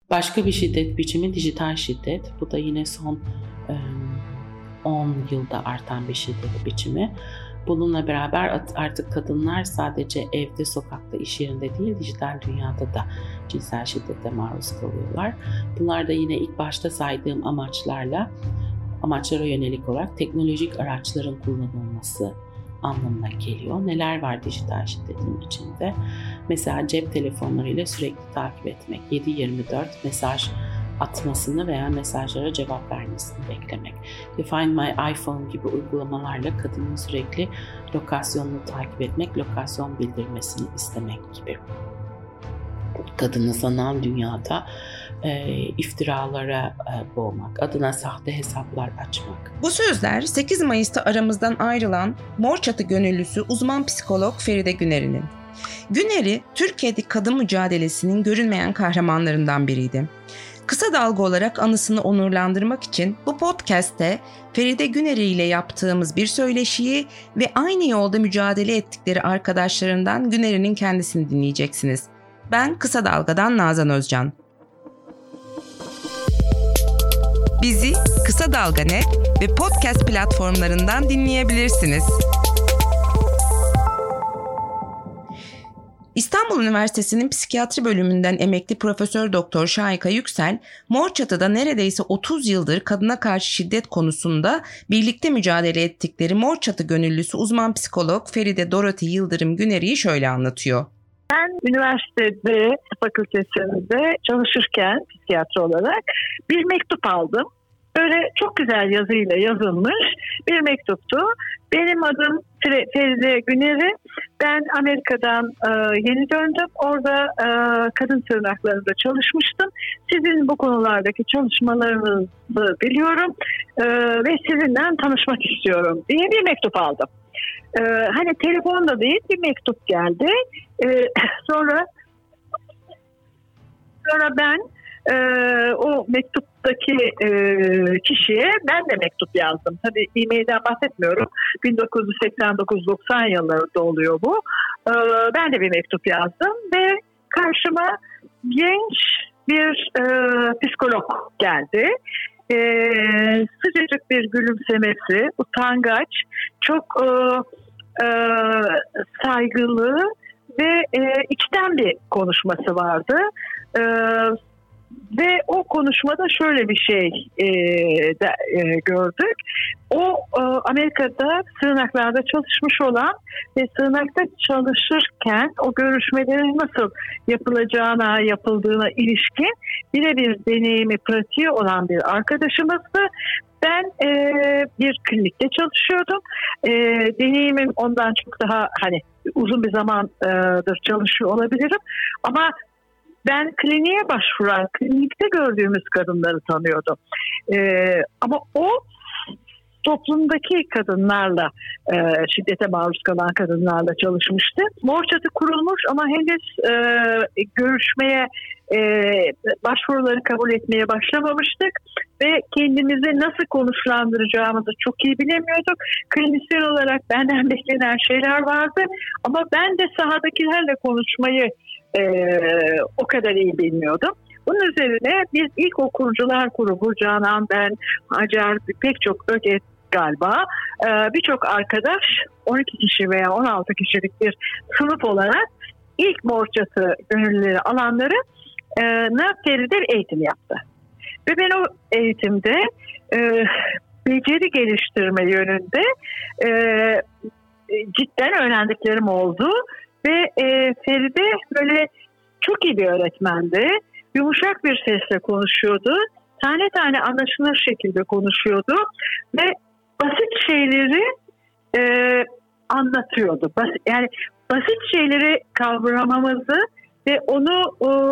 Başka bir şiddet biçimi dijital şiddet. Bu da yine son 10 yılda artan bir şiddet biçimi. Bununla beraber artık kadınlar sadece evde, sokakta, iş yerinde değil, dijital dünyada da cinsel şiddete maruz kalıyorlar. Bunlar da yine ilk başta saydığım amaçlara yönelik olarak teknolojik araçların kullanılması anlamına geliyor. Neler var dijital şiddetin içinde? Mesela cep telefonlarıyla sürekli takip etmek, 7/24 mesaj atmasını veya mesajlara cevap vermesini beklemek. Find My iPhone gibi uygulamalarla kadının sürekli lokasyonunu takip etmek, lokasyon bildirmesini istemek gibi. Kadını sanal dünyada iftiralara boğmak, adına sahte hesaplar açmak. Bu sözler 8 Mayıs'ta aramızdan ayrılan Mor Çatı gönüllüsü uzman psikolog Feride Güner'in. Güner'i Türkiye'de kadın mücadelesinin görünmeyen kahramanlarından biriydi. Kısa Dalga olarak anısını onurlandırmak için bu podcast'te Feride Güner'i ile yaptığımız bir söyleşiyi ve aynı yolda mücadele ettikleri arkadaşlarından Güner'in kendisini dinleyeceksiniz. Ben Kısa Dalga'dan Nazan Özcan. Bizi Kısa Dalga.net ve podcast platformlarından dinleyebilirsiniz. İstanbul Üniversitesi'nin psikiyatri bölümünden emekli Profesör Doktor Şahika Yüksel, Mor Çatı'da neredeyse 30 yıldır kadına karşı şiddet konusunda birlikte mücadele ettikleri Mor Çatı gönüllüsü uzman psikolog Feride Dorothy Yıldırım Güner'i şöyle anlatıyor. Ben üniversitede, fakültesinde çalışırken psikiyatri olarak bir mektup aldım. Böyle çok güzel yazıyla yazılmış bir mektuptu. Benim adım Feride Güner'i. Ben Amerika'dan yeni döndüm. Orada kadın tırnaklarında çalışmıştım. Sizin bu konulardaki çalışmalarınızı biliyorum ve sizinle tanışmak istiyorum diye bir mektup aldım. Hani telefonda değil, bir mektup geldi. Sonra ben o mektuptaki kişiye ben de mektup yazdım. Tabii e-mailden bahsetmiyorum. 1989-90 yıllarında oluyor bu. Ben de bir mektup yazdım ve karşıma genç bir psikolog geldi. Sıcacık bir gülümsemesi, utangaç, çok saygılı ve içten bir konuşması vardı. Ve o konuşmada şöyle bir şey gördük. O Amerika'da sığınaklarda çalışmış olan ve sığınakta çalışırken o görüşmelerin nasıl yapıldığına ilişkin birebir deneyimi, pratiği olan bir arkadaşımızdı. Ben bir klinikte çalışıyordum. Deneyimim ondan çok daha uzun bir zamandır çalışıyor olabilirim. Ama ben kliniğe başvuran, klinikte gördüğümüz kadınları tanıyordum. Ama o toplumdaki kadınlarla, şiddete maruz kalan kadınlarla çalışmıştı. Mor Çatı kurulmuş ama henüz görüşmeye, başvuruları kabul etmeye başlamamıştık. Ve kendimizi nasıl konuşlandıracağımızı çok iyi bilemiyorduk. Klinisyen olarak benden beklenen şeyler vardı. Ama ben de sahadakilerle konuşmayı o kadar iyi bilmiyordum. Bunun üzerine biz ilk okurcular grubu, Canan, ben, Hacer, pek çok Öget galiba, birçok arkadaş, 12 kişi veya 16 kişilik bir sınıf olarak ilk Mor Çatı gönüllüleri alanları Feride eğitim yaptı. Ve ben o eğitimde beceri geliştirme yönünde cidden öğrendiklerim oldu. Ve Feride böyle çok iyi bir öğretmendi. Yumuşak bir sesle konuşuyordu. Tane tane anlaşılır şekilde konuşuyordu. Ve basit şeyleri anlatıyordu. Yani basit şeyleri kavramamızı ve onu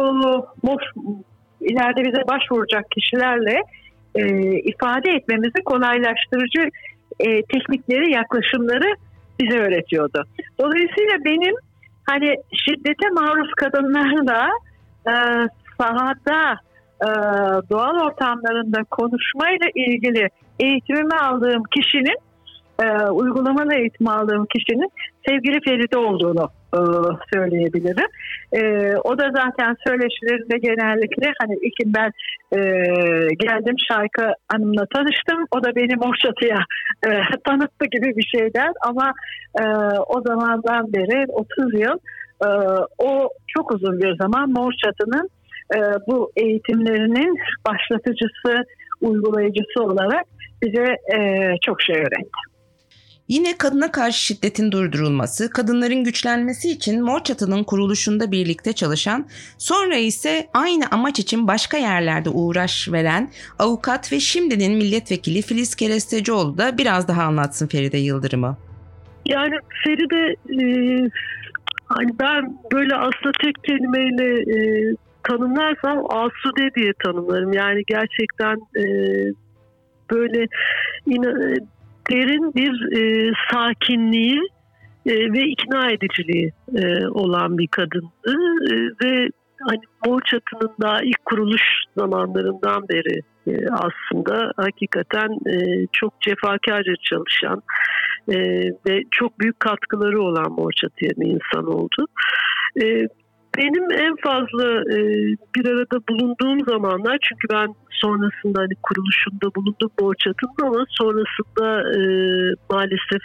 ileride bize başvuracak kişilerle ifade etmemizi kolaylaştırıcı teknikleri, yaklaşımları bize öğretiyordu. Dolayısıyla benim şiddete maruz kadınlarla sahada, doğal ortamlarında konuşmayla ilgili eğitimimi aldığım kişinin, uygulamalı eğitim aldığım kişinin sevgili Feride olduğunu söyleyebilirim. O da zaten söyleşilerinde genellikle hani ilk ben geldim Şahika Hanım'la tanıştım. O da beni Mor Çatı'ya tanıttı gibi bir şeyden ama o zamandan beri 30 yıl o çok uzun bir zaman Mor Çatı'nın bu eğitimlerinin başlatıcısı, uygulayıcısı olarak bize çok şey öğretti. Yine kadına karşı şiddetin durdurulması, kadınların güçlenmesi için Mor Çatı'nın kuruluşunda birlikte çalışan, sonra ise aynı amaç için başka yerlerde uğraş veren avukat ve şimdinin milletvekili Filiz Kerestecioğlu da biraz daha anlatsın Feride Yıldırım'ı. Yani Feride, hani ben böyle aslında tek kelimeyle tanımlarsam asude diye tanımlarım. Yani gerçekten böyle derin bir sakinliği ve ikna ediciliği olan bir kadındı. Ve hani Mor Çatı'nın daha ilk kuruluş zamanlarından beri aslında hakikaten çok cefakarca çalışan ve çok büyük katkıları olan Mor Çatı'ya bir insan oldu. Benim en fazla bir arada bulunduğum zamanlar, çünkü ben sonrasında hani kuruluşunda bulundum Mor Çatı'nın, ama sonrasında maalesef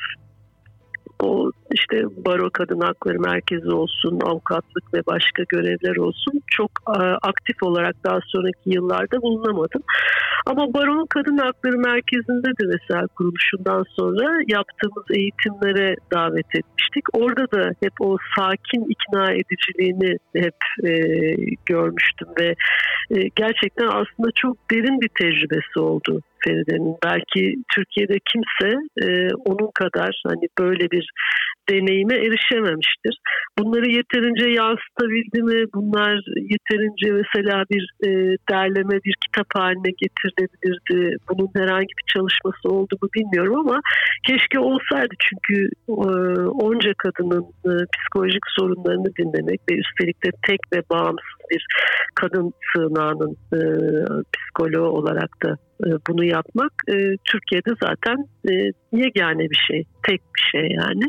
o işte Baro Kadın Hakları Merkezi olsun, avukatlık ve başka görevler olsun, çok aktif olarak daha sonraki yıllarda bulunamadım. Ama Baro Kadın Hakları Merkezi'nde de mesela kuruluşundan sonra yaptığımız eğitimlere davet etmiştik. Orada da hep o sakin ikna ediciliğini hep görmüştüm ve gerçekten aslında çok derin bir tecrübesi oldu Feride'nin. Belki Türkiye'de kimse onun kadar hani böyle bir deneyime erişememiştir. Bunları yeterince yansıtabildi mi? Bunlar yeterince mesela bir derleme, bir kitap haline getirilebilirdi. Bunun herhangi bir çalışması oldu mu bilmiyorum ama keşke olsaydı, çünkü onca kadının psikolojik sorunlarını dinlemek ve üstelik de tek ve bağımsız bir kadın sığınağının psikoloğu olarak da bunu yapmak Türkiye'de zaten yegane bir şey, tek bir şey yani.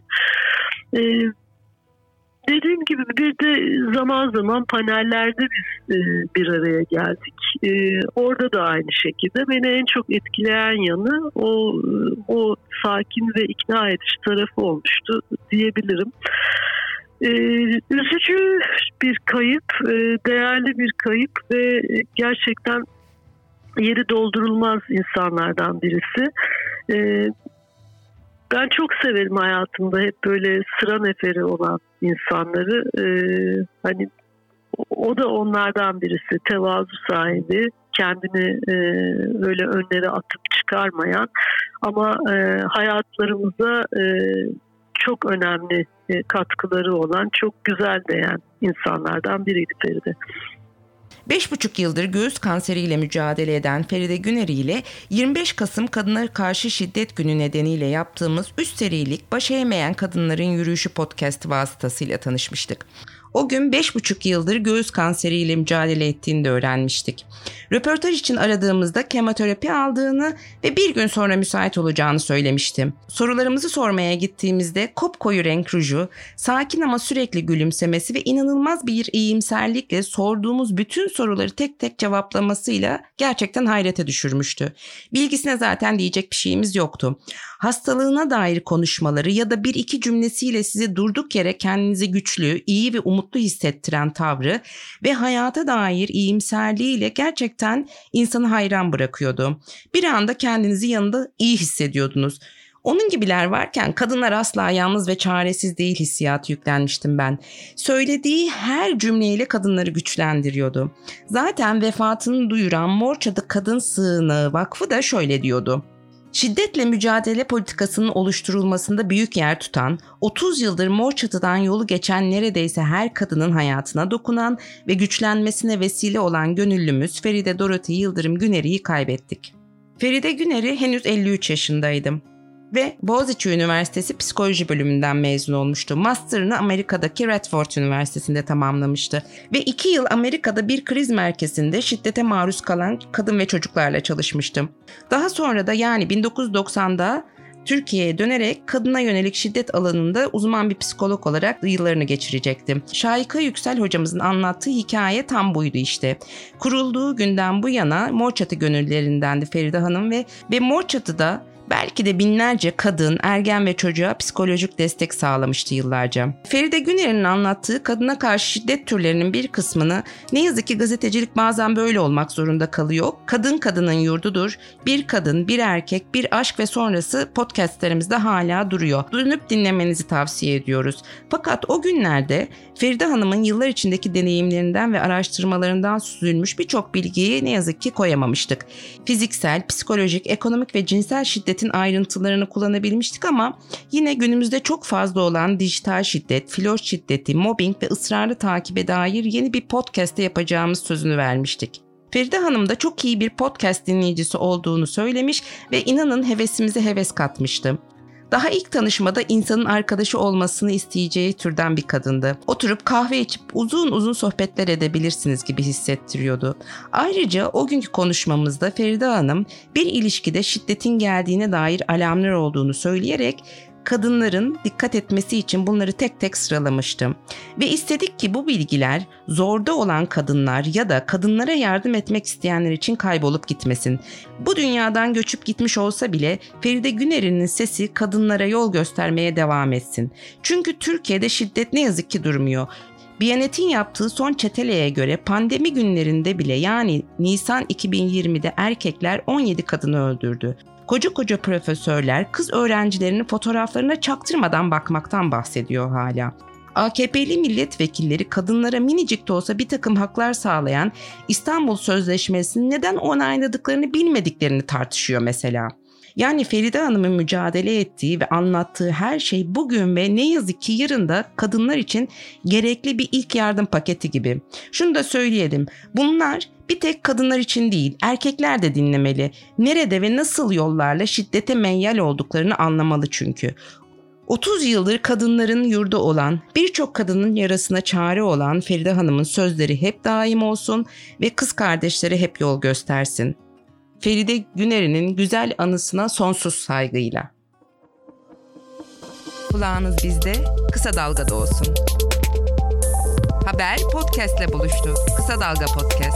Dediğim gibi bir de zaman zaman panellerde biz bir araya geldik. Orada da aynı şekilde beni en çok etkileyen yanı o sakin ve ikna edici tarafı olmuştu diyebilirim. Üzücü bir kayıp, değerli bir kayıp ve gerçekten yeri doldurulmaz insanlardan birisi. Ben çok severim hayatımda hep böyle sıra neferi olan insanları. Hani o da onlardan birisi. Tevazu sahibi, kendini öyle önlere atıp çıkarmayan ama hayatlarımıza çok önemli katkıları olan, çok güzel değen insanlardan biriydi Feride. 5,5 yıldır göğüs kanseriyle mücadele eden Feride Güneri ile 25 Kasım Kadınlara Karşı Şiddet Günü nedeniyle yaptığımız 3 serilik Baş Eğmeyen Kadınların Yürüyüşü podcast vasıtasıyla tanışmıştık. O gün 5,5 yıldır göğüs kanseriyle mücadele ettiğini de öğrenmiştik. Röportaj için aradığımızda kemoterapi aldığını ve bir gün sonra müsait olacağını söylemiştim. Sorularımızı sormaya gittiğimizde kopkoyu renk ruju, sakin ama sürekli gülümsemesi ve inanılmaz bir iyimserlikle sorduğumuz bütün soruları tek tek cevaplamasıyla gerçekten hayrete düşürmüştü. Bilgisine zaten diyecek bir şeyimiz yoktu. Hastalığına dair konuşmaları ya da bir iki cümlesiyle sizi durduk yere kendinizi güçlü, iyi ve umutlu hissettiren tavrı ve hayata dair iyimserliğiyle gerçekten insanı hayran bırakıyordu. Bir anda kendinizi yanında iyi hissediyordunuz. Onun gibiler varken kadınlar asla yalnız ve çaresiz değil hissiyatı yüklenmiştim ben. Söylediği her cümleyle kadınları güçlendiriyordu. Zaten vefatını duyuran Mor Çatı Kadın Sığınağı Vakfı da şöyle diyordu. Şiddetle mücadele politikasının oluşturulmasında büyük yer tutan, 30 yıldır Mor Çatı'dan yolu geçen neredeyse her kadının hayatına dokunan ve güçlenmesine vesile olan gönüllümüz Feride Dorothy Yıldırım Güneri'yi kaybettik. Feride Güneri henüz 53 yaşındaydı ve Boğaziçi Üniversitesi Psikoloji bölümünden mezun olmuştu. Master'ını Amerika'daki Radford Üniversitesi'nde tamamlamıştı ve 2 yıl Amerika'da bir kriz merkezinde şiddete maruz kalan kadın ve çocuklarla çalışmıştı. Daha sonra da yani 1990'da Türkiye'ye dönerek kadına yönelik şiddet alanında uzman bir psikolog olarak yıllarını geçirecekti. Şahika Yüksel hocamızın anlattığı hikaye tam buydu işte. Kurulduğu günden bu yana Mor Çatı gönüllülerindendi Feride Hanım ve Mor Çatı'da belki de binlerce kadın, ergen ve çocuğa psikolojik destek sağlamıştı yıllarca. Feride Güner'in anlattığı kadına karşı şiddet türlerinin bir kısmını ne yazık ki gazetecilik bazen böyle olmak zorunda kalıyor. Kadın kadının yurdudur. Bir kadın, bir erkek, bir aşk ve sonrası podcastlerimizde hala duruyor. Dönüp dinlemenizi tavsiye ediyoruz. Fakat o günlerde Feride Hanım'ın yıllar içindeki deneyimlerinden ve araştırmalarından süzülmüş birçok bilgiyi ne yazık ki koyamamıştık. Fiziksel, psikolojik, ekonomik ve cinsel şiddetin ayrıntılarını kullanabilmiştik ama yine günümüzde çok fazla olan dijital şiddet, flört şiddeti, mobbing ve ısrarlı takibe dair yeni bir podcast'te yapacağımız sözünü vermiştik. Feride Hanım da çok iyi bir podcast dinleyicisi olduğunu söylemiş ve inanın hevesimize heves katmıştı. Daha ilk tanışmada insanın arkadaşı olmasını isteyeceği türden bir kadındı. Oturup kahve içip uzun uzun sohbetler edebilirsiniz gibi hissettiriyordu. Ayrıca o günkü konuşmamızda Feride Hanım bir ilişkide şiddetin geldiğine dair alarmlar olduğunu söyleyerek kadınların dikkat etmesi için bunları tek tek sıralamıştım. Ve istedik ki bu bilgiler zorda olan kadınlar ya da kadınlara yardım etmek isteyenler için kaybolup gitmesin. Bu dünyadan göçüp gitmiş olsa bile Feride Güner'in sesi kadınlara yol göstermeye devam etsin. Çünkü Türkiye'de şiddet ne yazık ki durmuyor. Biyanet'in yaptığı son çeteleye göre pandemi günlerinde bile yani Nisan 2020'de erkekler 17 kadını öldürdü. Koca profesörler kız öğrencilerinin fotoğraflarına çaktırmadan bakmaktan bahsediyor hala. AKP'li milletvekilleri kadınlara minicik de olsa bir takım haklar sağlayan İstanbul Sözleşmesi'ni neden onayladıklarını bilmediklerini tartışıyor mesela. Yani Feride Hanım'ın mücadele ettiği ve anlattığı her şey bugün ve ne yazık ki yarın da kadınlar için gerekli bir ilk yardım paketi gibi. Şunu da söyleyelim, bunlar bir tek kadınlar için değil, erkekler de dinlemeli. Nerede ve nasıl yollarla şiddete meyyal olduklarını anlamalı çünkü. 30 yıldır kadınların yurdu olan, birçok kadının yarasına çare olan Feride Hanım'ın sözleri hep daim olsun ve kız kardeşleri hep yol göstersin. Feride Güner'in güzel anısına sonsuz saygıyla. Kulağınız bizde, Kısa Dalga'da olsun. Haber podcast'le buluştu. Kısa Dalga Podcast.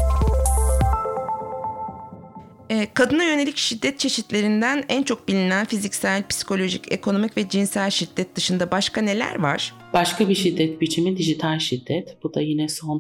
Kadına yönelik şiddet çeşitlerinden en çok bilinen fiziksel, psikolojik, ekonomik ve cinsel şiddet dışında başka neler var? Başka bir şiddet biçimi dijital şiddet. Bu da yine son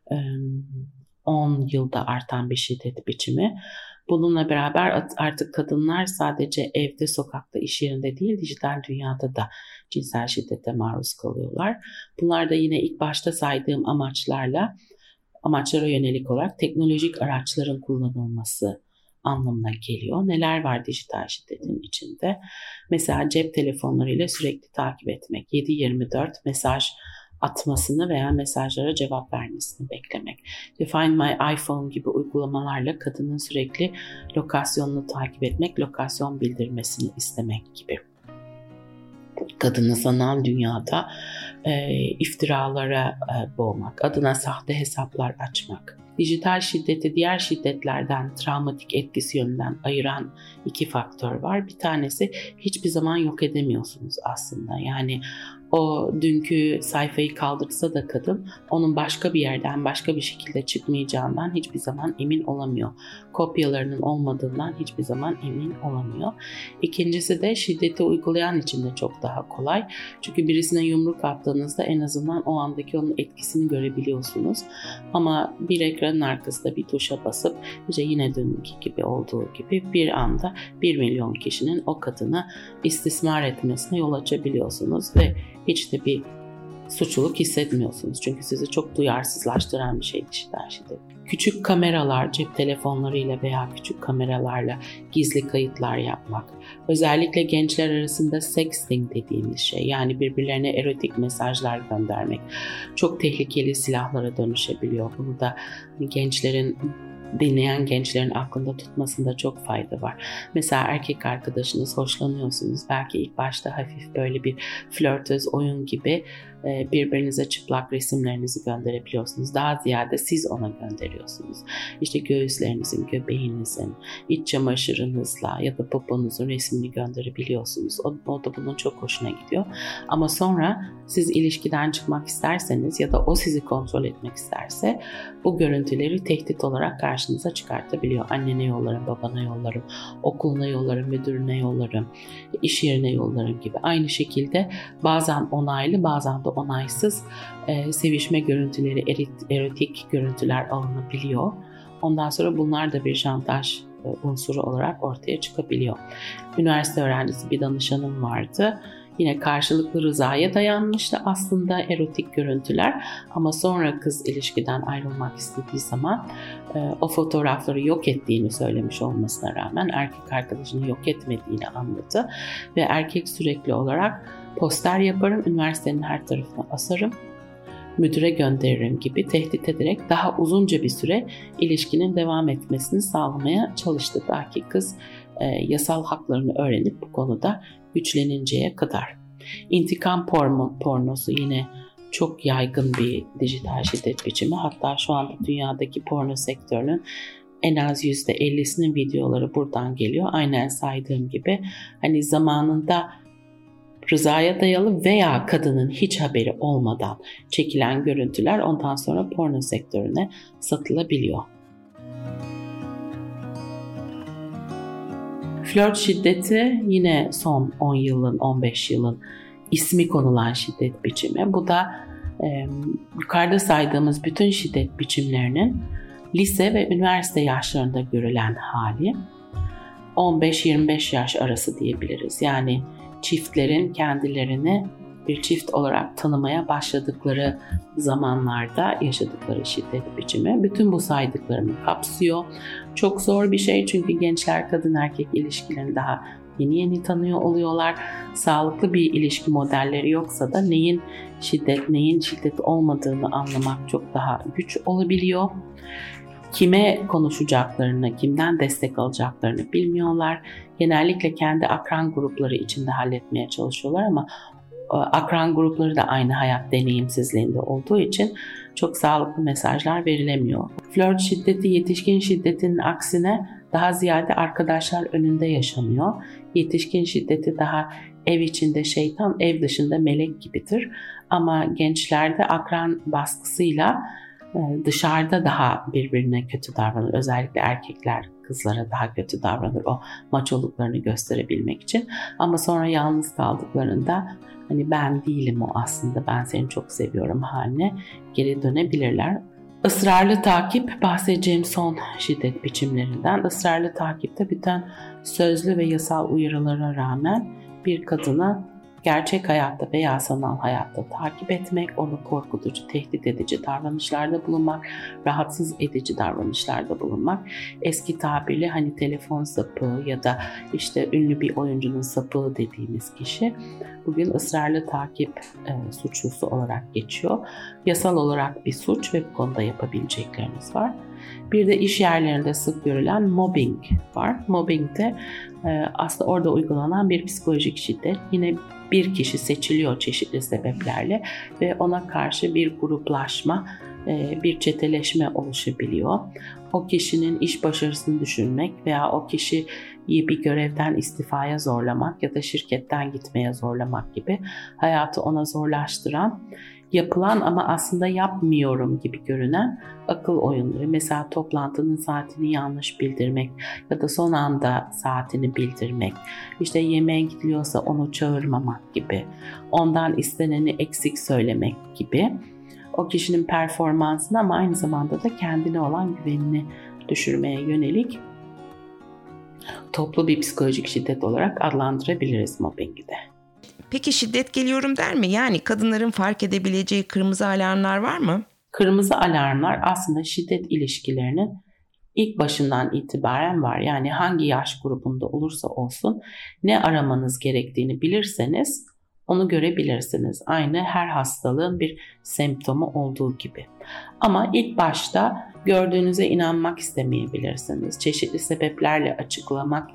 10 yılda artan bir şiddet biçimi. Bununla beraber artık kadınlar sadece evde, sokakta, iş yerinde değil, dijital dünyada da cinsel şiddete maruz kalıyorlar. Bunlar da yine ilk başta saydığım amaçlara yönelik olarak teknolojik araçların kullanılması anlamına geliyor. Neler var dijital şiddetin içinde? Mesela cep telefonlarıyla sürekli takip etmek, 7/24 mesaj atmasını veya mesajlara cevap vermesini beklemek. Find My iPhone gibi uygulamalarla kadının sürekli lokasyonunu takip etmek, lokasyon bildirmesini istemek gibi. Kadını sanal dünyada iftiralara boğmak, adına sahte hesaplar açmak. Dijital şiddeti diğer şiddetlerden travmatik etkisi yönünden ayıran iki faktör var. Bir tanesi hiçbir zaman yok edemiyorsunuz aslında. Yani o dünkü sayfayı kaldırsa da kadın onun başka bir yerden başka bir şekilde çıkmayacağından hiçbir zaman emin olamıyor. Kopyalarının olmadığından hiçbir zaman emin olamıyor. İkincisi de şiddeti uygulayan için de çok daha kolay. Çünkü birisine yumruk attığınızda en azından o andaki onun etkisini görebiliyorsunuz. Ama bir ekranın arkasında bir tuşa basıp işte yine dünkü gibi olduğu gibi bir anda 1 milyon kişinin o kadını istismar etmesine yol açabiliyorsunuz ve hiç de bir suçluluk hissetmiyorsunuz. Çünkü sizi çok duyarsızlaştıran bir şey dijital şiddet. Küçük kameralar, cep telefonlarıyla veya küçük kameralarla gizli kayıtlar yapmak. Özellikle gençler arasında sexting dediğimiz şey, yani birbirlerine erotik mesajlar göndermek çok tehlikeli silahlara dönüşebiliyor. Bunu da dinleyen gençlerin aklında tutmasında çok fayda var. Mesela erkek arkadaşınız, hoşlanıyorsunuz. Belki ilk başta hafif böyle bir flörtöz oyun gibi birbirinize çıplak resimlerinizi gönderebiliyorsunuz. Daha ziyade siz ona gönderiyorsunuz. İşte göğüslerinizin, göbeğinizin, iç çamaşırınızla ya da poponuzun resmini gönderebiliyorsunuz. O da bunun çok hoşuna gidiyor. Ama sonra siz ilişkiden çıkmak isterseniz ya da o sizi kontrol etmek isterse bu görüntüleri tehdit olarak karşınıza çıkartabiliyor. Annene yollarım, babana yollarım, okuluna yollarım, müdürüne yollarım, iş yerine yollarım gibi. Aynı şekilde bazen onaylı, bazen de onaysız sevişme görüntüleri, erotik görüntüler alınabiliyor. Ondan sonra bunlar da bir şantaj unsuru olarak ortaya çıkabiliyor. Üniversite öğrencisi bir danışanım vardı. Yine karşılıklı rızaya dayanmıştı aslında erotik görüntüler, ama sonra kız ilişkiden ayrılmak istediği zaman o fotoğrafları yok ettiğini söylemiş olmasına rağmen erkek arkadaşını yok etmediğini anladı ve erkek sürekli olarak poster yaparım, üniversitenin her tarafına asarım, müdüre gönderirim gibi tehdit ederek daha uzunca bir süre ilişkinin devam etmesini sağlamaya çalıştı. Belki kız yasal haklarını öğrenip bu konuda güçleninceye kadar. İntikam pornosu yine çok yaygın bir dijital şiddet biçimi. Hatta şu anda dünyadaki porno sektörünün en az %50'sinin videoları buradan geliyor. Aynen saydığım gibi hani zamanında rızaya dayalı veya kadının hiç haberi olmadan çekilen görüntüler ondan sonra porno sektörüne satılabiliyor. Flört şiddeti yine son 10 yılın, 15 yılın ismi konulan şiddet biçimi. Bu da yukarıda saydığımız bütün şiddet biçimlerinin lise ve üniversite yaşlarında görülen hali. 15-25 yaş arası diyebiliriz. Yani çiftlerin kendilerini bir çift olarak tanımaya başladıkları zamanlarda yaşadıkları şiddet biçimi bütün bu saydıklarını kapsıyor. Çok zor bir şey çünkü gençler kadın erkek ilişkilerini daha yeni tanıyor oluyorlar. Sağlıklı bir ilişki modelleri yoksa da neyin şiddet olmadığını anlamak çok daha güç olabiliyor. Kime konuşacaklarını, kimden destek alacaklarını bilmiyorlar. Genellikle kendi akran grupları içinde halletmeye çalışıyorlar ama akran grupları da aynı hayat deneyimsizliğinde olduğu için çok sağlıklı mesajlar verilemiyor. Flört şiddeti yetişkin şiddetinin aksine daha ziyade arkadaşlar önünde yaşanıyor. Yetişkin şiddeti daha ev içinde şeytan, ev dışında melek gibidir. Ama gençlerde akran baskısıyla dışarıda daha birbirine kötü davranır. Özellikle erkekler kızlara daha kötü davranır o maçoluklarını gösterebilmek için. Ama sonra yalnız kaldıklarında hani ben değilim o aslında, ben seni çok seviyorum haline geri dönebilirler. Israrlı takip bahsedeceğim son şiddet biçimlerinden. Israrlı takipte bütün sözlü ve yasal uyarılara rağmen bir kadına gerçek hayatta veya sanal hayatta takip etmek, onu korkutucu, tehdit edici davranışlarda bulunmak, rahatsız edici davranışlarda bulunmak, eski tabirle hani telefon sapığı ya da işte ünlü bir oyuncunun sapığı dediğimiz kişi bugün ısrarlı takip suçlusu olarak geçiyor. Yasal olarak bir suç ve bu konuda yapabilecekleriniz var. Bir de iş yerlerinde sık görülen mobbing var. Mobbing de aslında orada uygulanan bir psikolojik şiddet. Yine bir kişi seçiliyor çeşitli sebeplerle ve ona karşı bir gruplaşma, bir çeteleşme oluşabiliyor. O kişinin iş başarısını düşürmek veya o kişiyi bir görevden istifaya zorlamak ya da şirketten gitmeye zorlamak gibi hayatı ona zorlaştıran, yapılan ama aslında yapmıyorum gibi görünen akıl oyunları. Mesela toplantının saatini yanlış bildirmek ya da son anda saatini bildirmek, işte yemeğe gidiliyorsa onu çağırmamak gibi, ondan isteneni eksik söylemek gibi o kişinin performansını ama aynı zamanda da kendine olan güvenini düşürmeye yönelik toplu bir psikolojik şiddet olarak adlandırabiliriz mobbingi de. Peki şiddet geliyorum der mi? Yani kadınların fark edebileceği kırmızı alarmlar var mı? Kırmızı alarmlar aslında şiddet ilişkilerinin ilk başından itibaren var. Yani hangi yaş grubunda olursa olsun ne aramanız gerektiğini bilirseniz onu görebilirsiniz. Aynı her hastalığın bir semptomu olduğu gibi. Ama ilk başta gördüğünüze inanmak istemeyebilirsiniz. Çeşitli sebeplerle açıklamak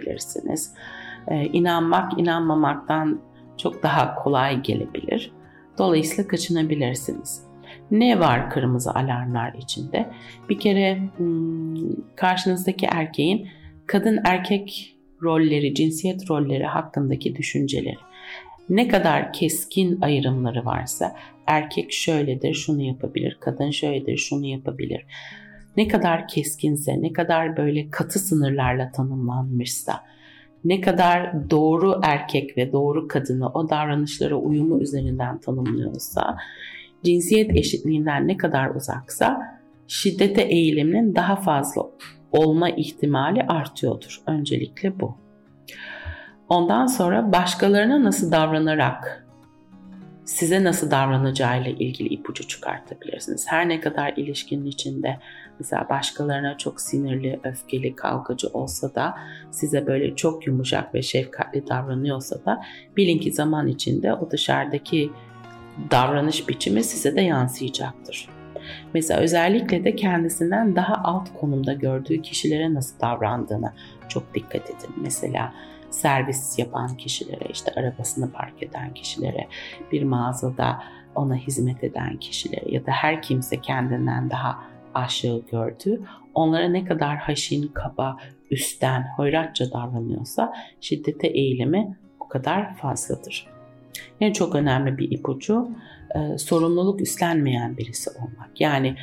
isteyebilirsiniz. İnanmak inanmamaktan çok daha kolay gelebilir. Dolayısıyla kaçınabilirsiniz. Ne var kırmızı alarmlar içinde? Bir kere karşınızdaki erkeğin kadın erkek rolleri, cinsiyet rolleri hakkındaki düşünceleri. Ne kadar keskin ayrımları varsa, erkek şöyledir, şunu yapabilir, kadın şöyledir, şunu yapabilir. Ne kadar keskinse, ne kadar böyle katı sınırlarla tanımlanmışsa, ne kadar doğru erkek ve doğru kadını o davranışlara uyumu üzerinden tanımlıyorsa, cinsiyet eşitliğinden ne kadar uzaksa şiddete eğiliminin daha fazla olma ihtimali artıyordur. Öncelikle bu. Ondan sonra başkalarına nasıl davranarak size nasıl davranacağıyla ilgili ipucu çıkartabilirsiniz. Her ne kadar ilişkinin içinde mesela başkalarına çok sinirli, öfkeli, kavgacı olsa da size böyle çok yumuşak ve şefkatli davranıyorsa da bilin ki zaman içinde o dışarıdaki davranış biçimi size de yansıyacaktır. Mesela özellikle de kendisinden daha alt konumda gördüğü kişilere nasıl davrandığına çok dikkat edin. Mesela servis yapan kişilere, işte arabasını park eden kişilere, bir mağazada ona hizmet eden kişilere ya da her kimse kendinden daha aşağı gördüğü, onlara ne kadar haşin, kaba, üstten, hoyratça davranıyorsa şiddete eğilimi o kadar fazladır. Yani çok önemli bir ipucu, sorumluluk üstlenmeyen birisi olmak. Yani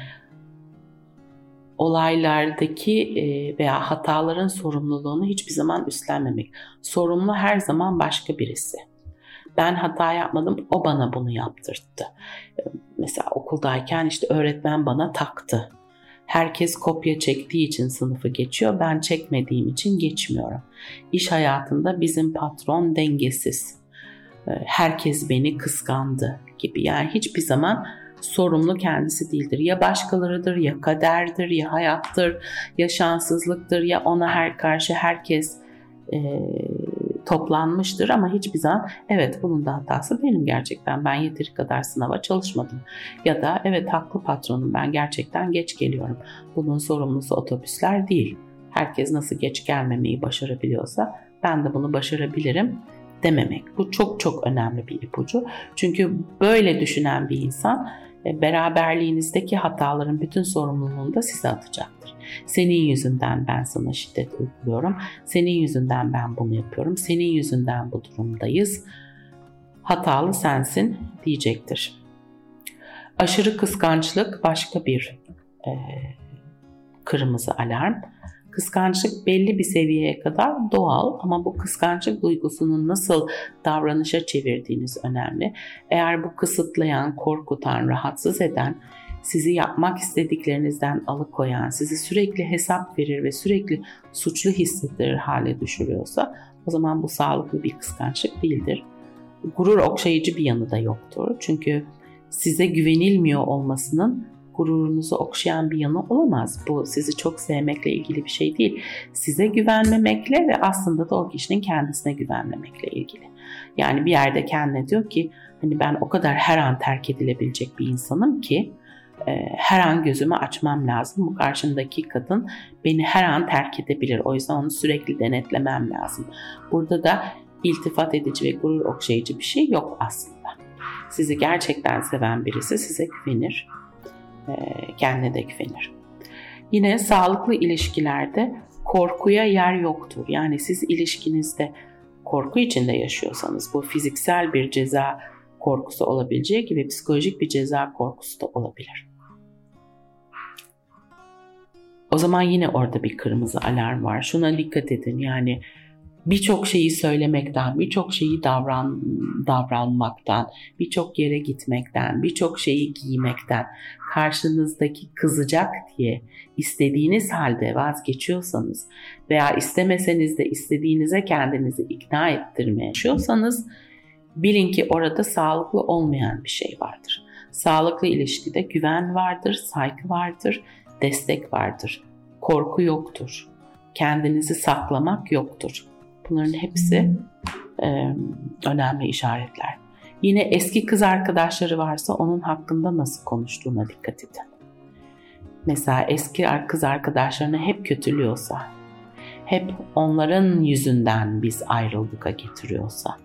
olaylardaki veya hataların sorumluluğunu hiçbir zaman üstlenmemek. Sorumlu her zaman başka birisi. Ben hata yapmadım, o bana bunu yaptırttı. Mesela okuldayken işte öğretmen bana taktı. Herkes kopya çektiği için sınıfı geçiyor, ben çekmediğim için geçmiyorum. İş hayatında bizim patron dengesiz. Herkes beni kıskandı gibi. Yani hiçbir zaman sorumlu kendisi değildir. Ya başkalarıdır, ya kaderdir, ya hayattır, ya şanssızlıktır, ya ona karşı herkes toplanmıştır ama hiçbir zaman evet bunun da hatası benim gerçekten. Ben yeteri kadar sınava çalışmadım. Ya da evet haklı patronum, ben gerçekten geç geliyorum. Bunun sorumlusu otobüsler değil. Herkes nasıl geç gelmemeyi başarabiliyorsa ben de bunu başarabilirim dememek. Bu çok çok önemli bir ipucu. Çünkü böyle düşünen bir insan beraberliğinizdeki hataların bütün sorumluluğunu da size atacaktır. Senin yüzünden ben sana şiddet uyguluyorum. Senin yüzünden ben bunu yapıyorum. Senin yüzünden bu durumdayız. Hatalı sensin diyecektir. Aşırı kıskançlık başka bir kırmızı alarm. Kıskançlık belli bir seviyeye kadar doğal ama bu kıskançlık duygusunun nasıl davranışa çevirdiğiniz önemli. Eğer bu kısıtlayan, korkutan, rahatsız eden, sizi yapmak istediklerinizden alıkoyan, sizi sürekli hesap verir ve sürekli suçlu hissettirir hale düşürüyorsa o zaman bu sağlıklı bir kıskançlık değildir. Gurur okşayıcı bir yanı da yoktur. Çünkü size güvenilmiyor olmasının gururunuzu okşayan bir yanı olamaz. Bu sizi çok sevmekle ilgili bir şey değil. Size güvenmemekle ve aslında da o kişinin kendisine güvenmemekle ilgili. Yani bir yerde kendine diyor ki hani ben o kadar her an terk edilebilecek bir insanım ki her an gözümü açmam lazım. Bu karşımdaki kadın beni her an terk edebilir. O yüzden onu sürekli denetlemem lazım. Burada da iltifat edici ve gurur okşayıcı bir şey yok aslında. Sizi gerçekten seven birisi size güvenir. Kendine de güvenir. Yine sağlıklı ilişkilerde korkuya yer yoktur. Yani siz ilişkinizde korku içinde yaşıyorsanız bu fiziksel bir ceza korkusu olabileceği gibi psikolojik bir ceza korkusu da olabilir. O zaman yine orada bir kırmızı alarm var. Şuna dikkat edin, yani birçok şeyi söylemekten, birçok şeyi davranmaktan, birçok yere gitmekten, birçok şeyi giymekten karşınızdaki kızacak diye istediğiniz halde vazgeçiyorsanız veya istemeseniz de istediğinize kendinizi ikna ettirmeye çalışıyorsanız bilin ki orada sağlıklı olmayan bir şey vardır. Sağlıklı ilişkide güven vardır, saygı vardır, destek vardır. Korku yoktur. Kendinizi saklamak yoktur. Bunların hepsi önemli işaretler. Yine eski kız arkadaşları varsa onun hakkında nasıl konuştuğuna dikkat edin. Mesela eski kız arkadaşlarını hep kötülüyorsa, hep onların yüzünden biz ayrıldık'a getiriyorsa,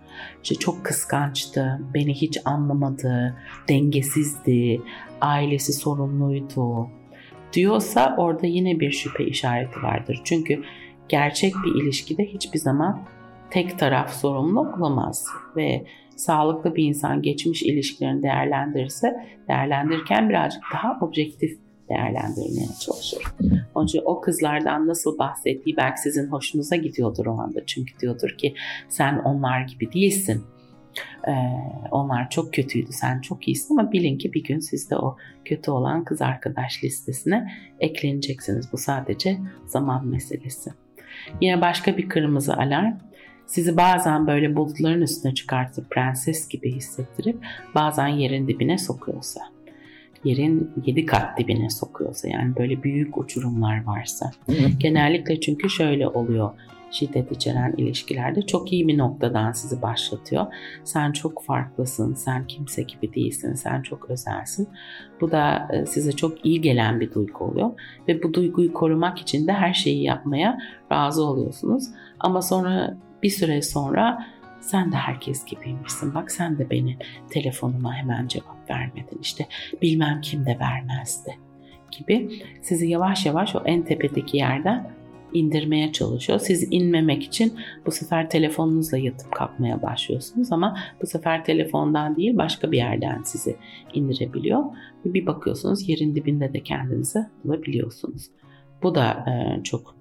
İşte çok kıskançtı, beni hiç anlamadı, dengesizdi, ailesi sorunluydu diyorsa orada yine bir şüphe işareti vardır. Çünkü gerçek bir ilişkide hiçbir zaman tek taraf sorumlu olamaz ve sağlıklı bir insan geçmiş ilişkilerini değerlendirirken birazcık daha objektif değerlendirmeye çalışır. Onun için o kızlardan nasıl bahsettiği belki sizin hoşunuza gidiyordur o anda. Çünkü diyordur ki sen onlar gibi değilsin. Onlar çok kötüydü, sen çok iyisin ama bilin ki bir gün siz de o kötü olan kız arkadaş listesine ekleneceksiniz. Bu sadece zaman meselesi. Yine başka bir kırmızı alarm. Sizi bazen böyle bulutların üstüne çıkartıp prenses gibi hissettirip bazen yerin dibine sokuyorsa. Yerin 7 kat dibine sokuyorsa, yani böyle büyük uçurumlar varsa. Genellikle çünkü şöyle oluyor. Şiddet içeren ilişkilerde çok iyi bir noktadan sizi başlatıyor. Sen çok farklısın, sen kimse gibi değilsin, sen çok özelsin. Bu da size çok iyi gelen bir duygu oluyor. Ve bu duyguyu korumak için de her şeyi yapmaya razı oluyorsunuz. Ama sonra bir süre sonra sen de herkes gibiymişsin. Bak sen de benim telefonuma hemen cevap vermedin. İşte bilmem kim de vermezdi gibi sizi yavaş yavaş o en tepedeki yerden indirmeye çalışıyor. Siz inmemek için bu sefer telefonunuzla yatıp kalkmaya başlıyorsunuz ama bu sefer telefondan değil başka bir yerden sizi indirebiliyor. Bir bakıyorsunuz yerin dibinde de kendinizi bulabiliyorsunuz. Bu da çok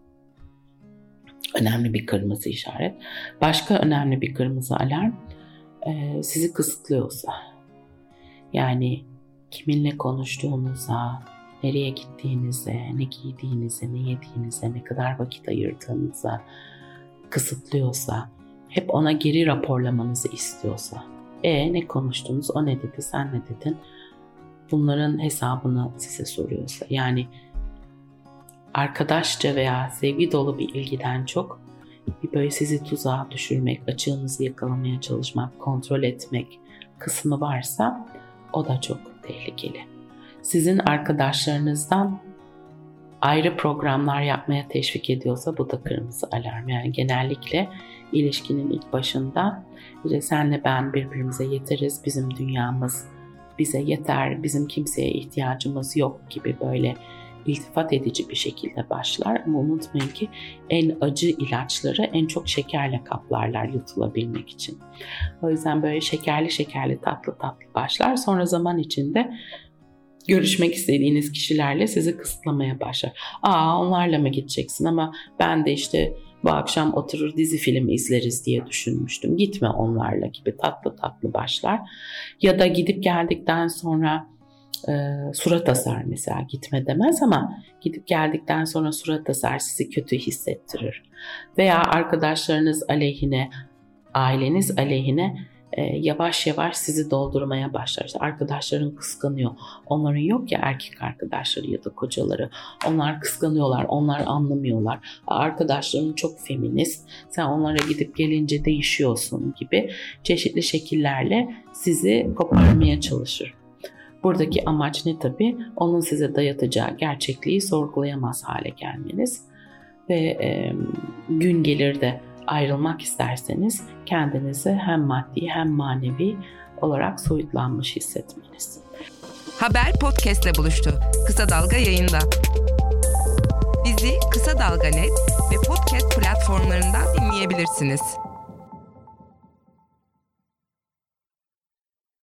önemli bir kırmızı işaret. Başka önemli bir kırmızı alarm sizi kısıtlıyorsa. Yani kiminle konuştuğunuza, nereye gittiğinize, ne giydiğinize, ne yediğinize, ne kadar vakit ayırdığınıza kısıtlıyorsa, hep ona geri raporlamanızı istiyorsa. Ne konuştunuz, o ne dedi, sen ne dedin? Bunların hesabını size soruyorsa. Yani arkadaşça veya sevgi dolu bir ilgiden çok bir böyle sizi tuzağa düşürmek, açığınızı yakalamaya çalışmak, kontrol etmek kısmı varsa o da çok tehlikeli. Sizin arkadaşlarınızdan ayrı programlar yapmaya teşvik ediyorsa bu da kırmızı alarm. Yani genellikle ilişkinin ilk başında işte senle ben birbirimize yeteriz, bizim dünyamız bize yeter, bizim kimseye ihtiyacımız yok gibi böyle iltifat edici bir şekilde başlar. Ama unutmayın ki en acı ilaçları en çok şekerle kaplarlar yutulabilmek için. O yüzden böyle şekerli tatlı başlar. Sonra zaman içinde görüşmek istediğiniz kişilerle sizi kısıtlamaya başlar. Onlarla mı gideceksin ama ben de işte bu akşam oturur dizi film izleriz diye düşünmüştüm. Gitme onlarla gibi tatlı başlar. Ya da gidip geldikten sonra surat asar mesela, gitme demez ama gidip geldikten sonra surat asar, sizi kötü hissettirir. Veya arkadaşlarınız aleyhine, aileniz aleyhine yavaş yavaş sizi doldurmaya başlar. İşte arkadaşların kıskanıyor. Onların yok ya erkek arkadaşları ya da kocaları. Onlar kıskanıyorlar. Onlar anlamıyorlar. Arkadaşların çok feminist. Sen onlara gidip gelince değişiyorsun gibi çeşitli şekillerle sizi koparmaya çalışır. Buradaki amaç ne tabii? Onun size dayatacağı gerçekliği sorgulayamaz hale gelmeniz ve gün gelir de ayrılmak isterseniz kendinizi hem maddi hem manevi olarak soyutlanmış hissetmeniz. Haber podcast'le buluştu. Kısa Dalga yayında. Bizi Kısa Dalga.net ve podcast platformlarından dinleyebilirsiniz.